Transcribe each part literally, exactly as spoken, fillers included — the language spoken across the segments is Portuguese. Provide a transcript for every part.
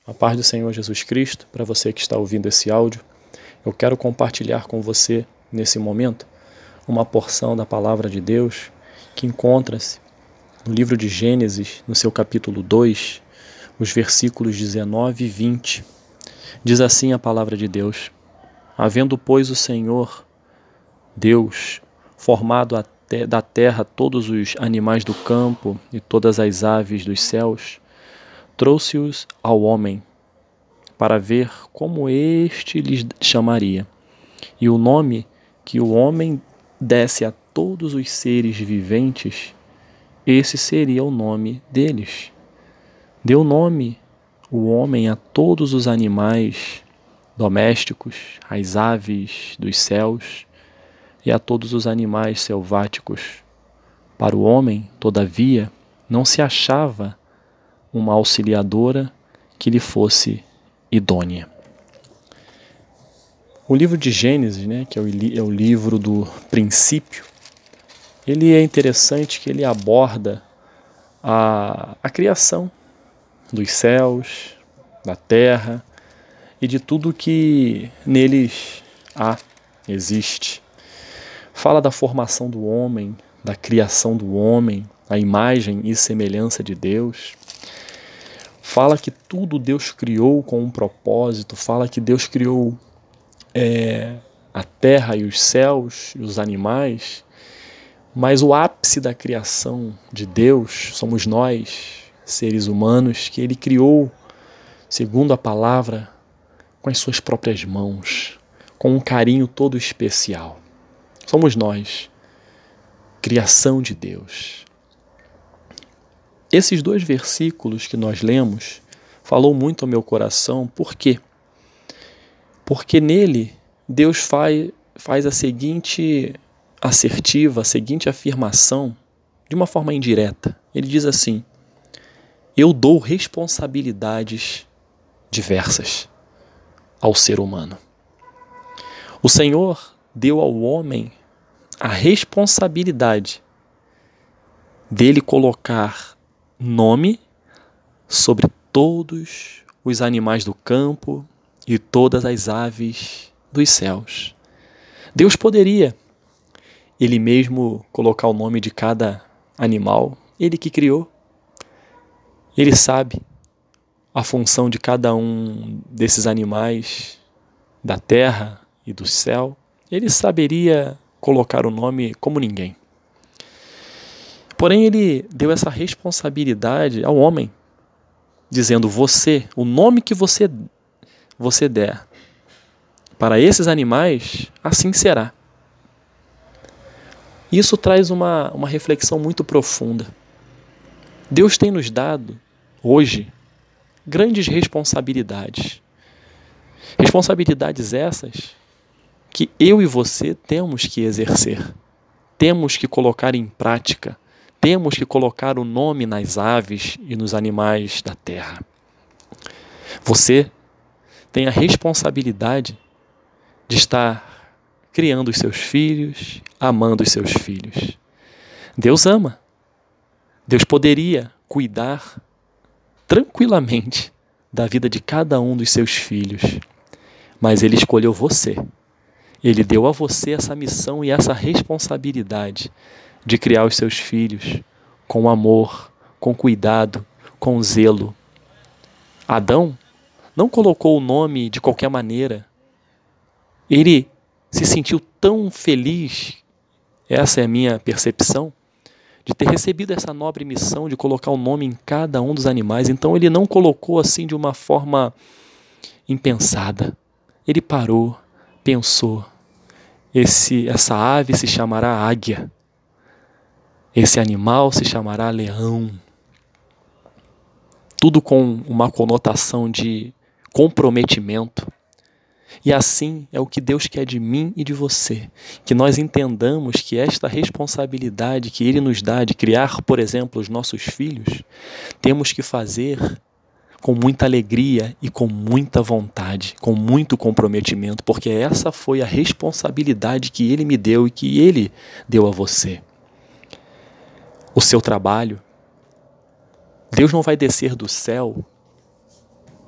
A paz do Senhor Jesus Cristo, para você que está ouvindo esse áudio, eu quero compartilhar com você, nesse momento, uma porção da Palavra de Deus que encontra-se no livro de Gênesis, no seu capítulo dois, os versículos dezenove e vinte. Diz assim a Palavra de Deus: Havendo, pois, o Senhor, Deus, formado a te- da terra todos os animais do campo e todas as aves dos céus, trouxe-os ao homem, para ver como este lhes chamaria. E o nome que o homem desse a todos os seres viventes, esse seria o nome deles. Deu nome o homem a todos os animais domésticos, às aves dos céus e a todos os animais selváticos. Para o homem, todavia, não se achava uma auxiliadora que lhe fosse idônea. O livro de Gênesis, né, que é o, li- é o livro do princípio, ele é interessante que ele aborda a, a criação dos céus, da terra e de tudo que neles há, existe. Fala da formação do homem, da criação do homem, a imagem e semelhança de Deus. Fala que tudo Deus criou com um propósito, fala que Deus criou é, a terra e os céus e os animais, mas o ápice da criação de Deus somos nós, seres humanos, que Ele criou, segundo a palavra, com as suas próprias mãos, com um carinho todo especial. Somos nós, criação de Deus. Esses dois versículos que nós lemos falou muito ao meu coração. Por quê? Porque nele Deus faz, faz a seguinte assertiva, a seguinte afirmação de uma forma indireta. Ele diz assim: eu dou responsabilidades diversas ao ser humano. O Senhor deu ao homem a responsabilidade dele colocar nome sobre todos os animais do campo e todas as aves dos céus. Deus poderia, Ele mesmo, colocar o nome de cada animal, Ele que criou. Ele sabe a função de cada um desses animais da terra e do céu. Ele saberia colocar o nome como ninguém. Porém, ele deu essa responsabilidade ao homem, dizendo: você, o nome que você, você der para esses animais, assim será. Isso traz uma, uma reflexão muito profunda. Deus tem nos dado, hoje, grandes responsabilidades. Responsabilidades essas que eu e você temos que exercer, temos que colocar em prática, temos que colocar o nome nas aves e nos animais da terra. Você tem a responsabilidade de estar criando os seus filhos, amando os seus filhos. Deus ama. Deus poderia cuidar tranquilamente da vida de cada um dos seus filhos, mas Ele escolheu você. Ele deu a você essa missão e essa responsabilidade de criar os seus filhos com amor, com cuidado, com zelo. Adão não colocou o nome de qualquer maneira. Ele se sentiu tão feliz, essa é a minha percepção, de ter recebido essa nobre missão de colocar o nome em cada um dos animais. Então ele não colocou assim de uma forma impensada. Ele parou, pensou: esse, essa ave se chamará águia, esse animal se chamará leão. Tudo com uma conotação de comprometimento. E assim é o que Deus quer de mim e de você, que nós entendamos que esta responsabilidade que Ele nos dá de criar, por exemplo, os nossos filhos, temos que fazer com muita alegria e com muita vontade, com muito comprometimento, porque essa foi a responsabilidade que Ele me deu e que Ele deu a você. O seu trabalho, Deus não vai descer do céu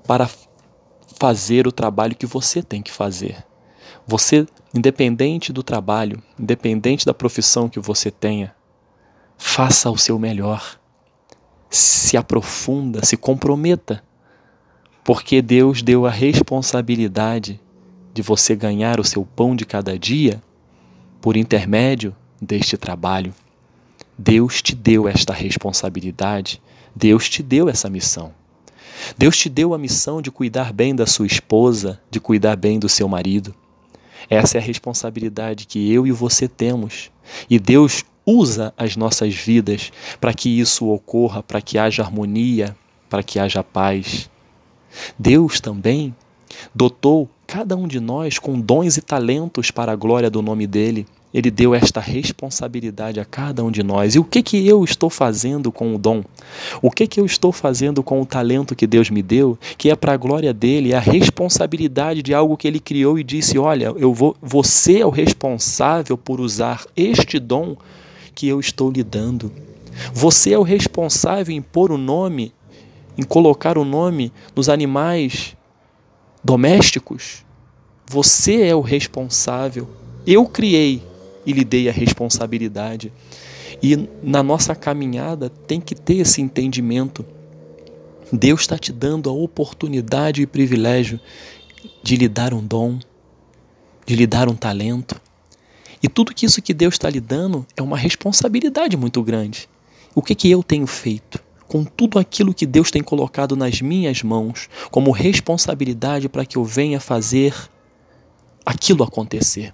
para fazer o trabalho que você tem que fazer. Você, independente do trabalho, independente da profissão que você tenha, faça o seu melhor. Se aprofunda, se comprometa, porque Deus deu a responsabilidade de você ganhar o seu pão de cada dia por intermédio deste trabalho. Deus te deu esta responsabilidade, Deus te deu essa missão. Deus te deu a missão de cuidar bem da sua esposa, de cuidar bem do seu marido. Essa é a responsabilidade que eu e você temos. E Deus usa as nossas vidas para que isso ocorra, para que haja harmonia, para que haja paz. Deus também dotou cada um de nós com dons e talentos para a glória do nome dele. Ele deu esta responsabilidade a cada um de nós. E o que, que eu estou fazendo com o dom? O que, que eu estou fazendo com o talento que Deus me deu, que é para a glória dele, é a responsabilidade de algo que ele criou e disse, olha, eu vou, você é o responsável por usar este dom que eu estou lhe dando. Você é o responsável em pôr o nome, em colocar o nome nos animais domésticos. Você é o responsável. Eu criei e lhe dei a responsabilidade. E na nossa caminhada tem que ter esse entendimento. Deus está te dando a oportunidade e privilégio de lhe dar um dom, de lhe dar um talento. E tudo que isso que Deus está lhe dando é uma responsabilidade muito grande. O que, que eu tenho feito com tudo aquilo que Deus tem colocado nas minhas mãos como responsabilidade para que eu venha fazer aquilo acontecer?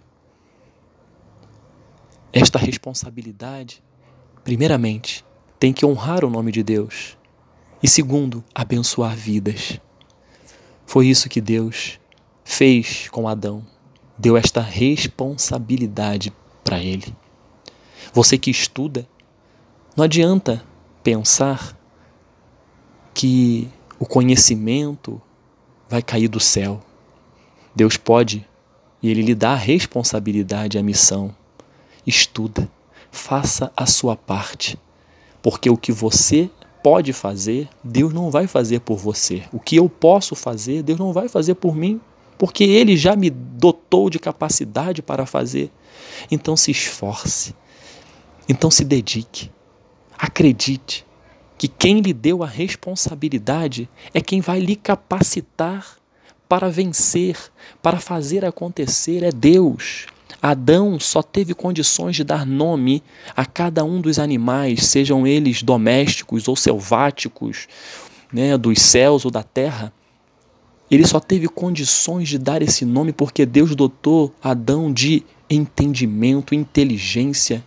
Esta responsabilidade, primeiramente, tem que honrar o nome de Deus. E segundo, abençoar vidas. Foi isso que Deus fez com Adão. Deu esta responsabilidade para ele. Você que estuda, não adianta pensar que o conhecimento vai cair do céu. Deus pode, e Ele lhe dá a responsabilidade, a missão. Estuda, faça a sua parte, porque o que você pode fazer, Deus não vai fazer por você. O que eu posso fazer, Deus não vai fazer por mim, porque Ele já me dotou de capacidade para fazer. Então se esforce, então se dedique, acredite que quem lhe deu a responsabilidade é quem vai lhe capacitar para vencer, para fazer acontecer, é Deus. Adão só teve condições de dar nome a cada um dos animais, sejam eles domésticos ou selváticos, né, dos céus ou da terra. Ele só teve condições de dar esse nome porque Deus dotou Adão de entendimento, inteligência.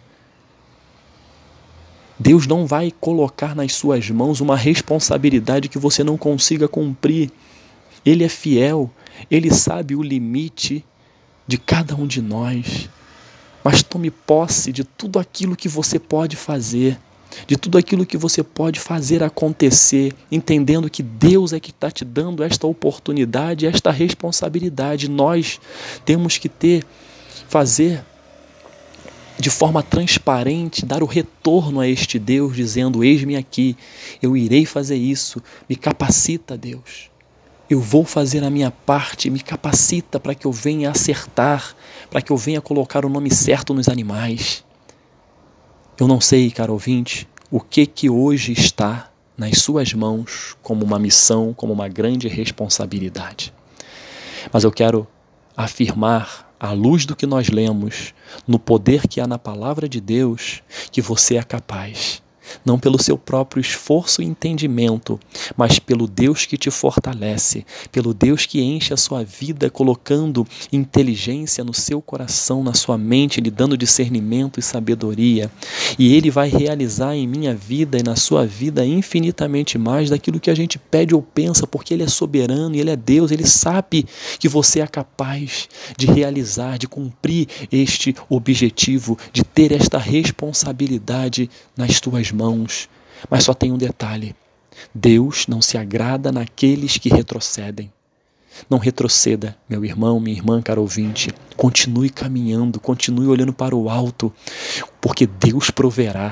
Deus não vai colocar nas suas mãos uma responsabilidade que você não consiga cumprir. Ele é fiel, Ele sabe o limite de cada um de nós. Mas tome posse de tudo aquilo que você pode fazer, de tudo aquilo que você pode fazer acontecer, entendendo que Deus é que está te dando esta oportunidade, esta responsabilidade. Nós temos que ter, fazer de forma transparente, dar o retorno a este Deus, dizendo, eis-me aqui, eu irei fazer isso, me capacita, Deus. Eu vou fazer a minha parte, me capacita para que eu venha acertar, para que eu venha colocar o nome certo nos animais. Eu não sei, caro ouvinte, o que que hoje está nas suas mãos como uma missão, como uma grande responsabilidade. Mas eu quero afirmar, à luz do que nós lemos, no poder que há na palavra de Deus, que você é capaz. Não pelo seu próprio esforço e entendimento, mas pelo Deus que te fortalece, pelo Deus que enche a sua vida, colocando inteligência no seu coração, na sua mente, lhe dando discernimento e sabedoria. E Ele vai realizar em minha vida e na sua vida infinitamente mais daquilo que a gente pede ou pensa, porque Ele é soberano e Ele é Deus, Ele sabe que você é capaz de realizar, de cumprir este objetivo, de ter esta responsabilidade nas tuas mãos. Mãos, mas só tem um detalhe: Deus não se agrada naqueles que retrocedem. Não retroceda, meu irmão, minha irmã, caro ouvinte. Continue caminhando, continue olhando para o alto, porque Deus proverá.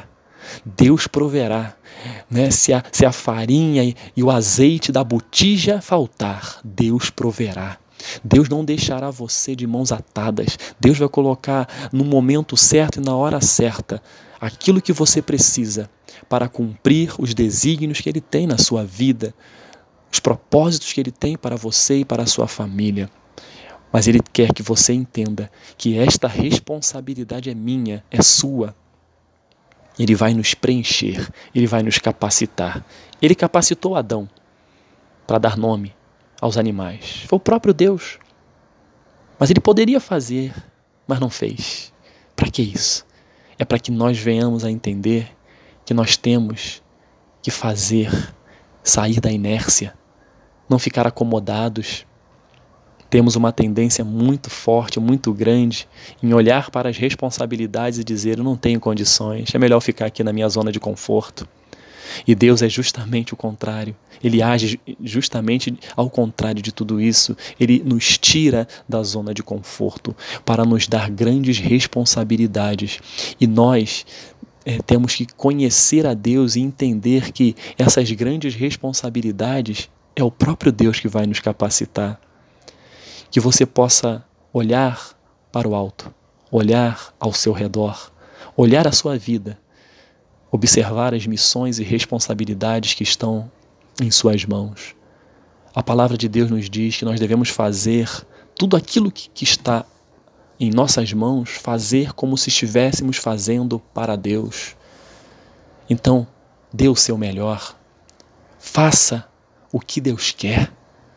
Deus proverá. Né? Se, a, se a farinha e, e o azeite da botija faltar, Deus proverá. Deus não deixará você de mãos atadas. Deus vai colocar no momento certo e na hora certa aquilo que você precisa para cumprir os desígnios que Ele tem na sua vida, os propósitos que Ele tem para você e para a sua família. Mas Ele quer que você entenda que esta responsabilidade é minha, é sua. Ele vai nos preencher, Ele vai nos capacitar. Ele capacitou Adão para dar nome aos animais. Foi o próprio Deus. Mas Ele poderia fazer, mas não fez. Para que isso? É para que nós venhamos a entender que nós temos que fazer, sair da inércia, não ficar acomodados. Temos uma tendência muito forte, muito grande, em olhar para as responsabilidades e dizer, eu não tenho condições, é melhor ficar aqui na minha zona de conforto. E Deus é justamente o contrário. Ele age justamente ao contrário de tudo isso. Ele nos tira da zona de conforto para nos dar grandes responsabilidades. E nós é, temos que conhecer a Deus e entender que essas grandes responsabilidades é o próprio Deus que vai nos capacitar. Que você possa olhar para o alto, olhar ao seu redor, olhar a sua vida, observar as missões e responsabilidades que estão em suas mãos. A palavra de Deus nos diz que nós devemos fazer tudo aquilo que, que está em nossas mãos, fazer como se estivéssemos fazendo para Deus. Então, dê o seu melhor, faça o que Deus quer,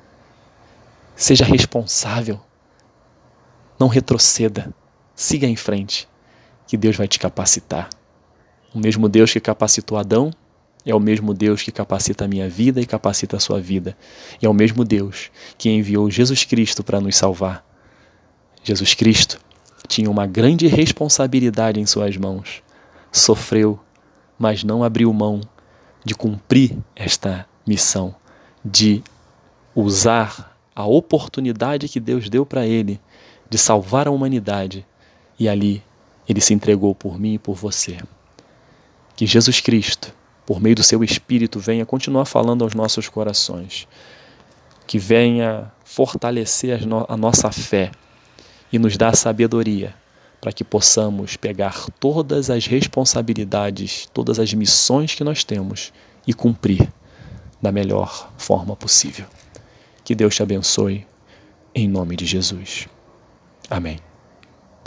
seja responsável, não retroceda, siga em frente, que Deus vai te capacitar. O mesmo Deus que capacitou Adão é o mesmo Deus que capacita a minha vida e capacita a sua vida. E é o mesmo Deus que enviou Jesus Cristo para nos salvar. Jesus Cristo tinha uma grande responsabilidade em suas mãos. Sofreu, mas não abriu mão de cumprir esta missão, de usar a oportunidade que Deus deu para ele de salvar a humanidade. E ali ele se entregou por mim e por você. Que Jesus Cristo, por meio do seu Espírito, venha continuar falando aos nossos corações. Que venha fortalecer a nossa fé e nos dar sabedoria para que possamos pegar todas as responsabilidades, todas as missões que nós temos e cumprir da melhor forma possível. Que Deus te abençoe, em nome de Jesus. Amém.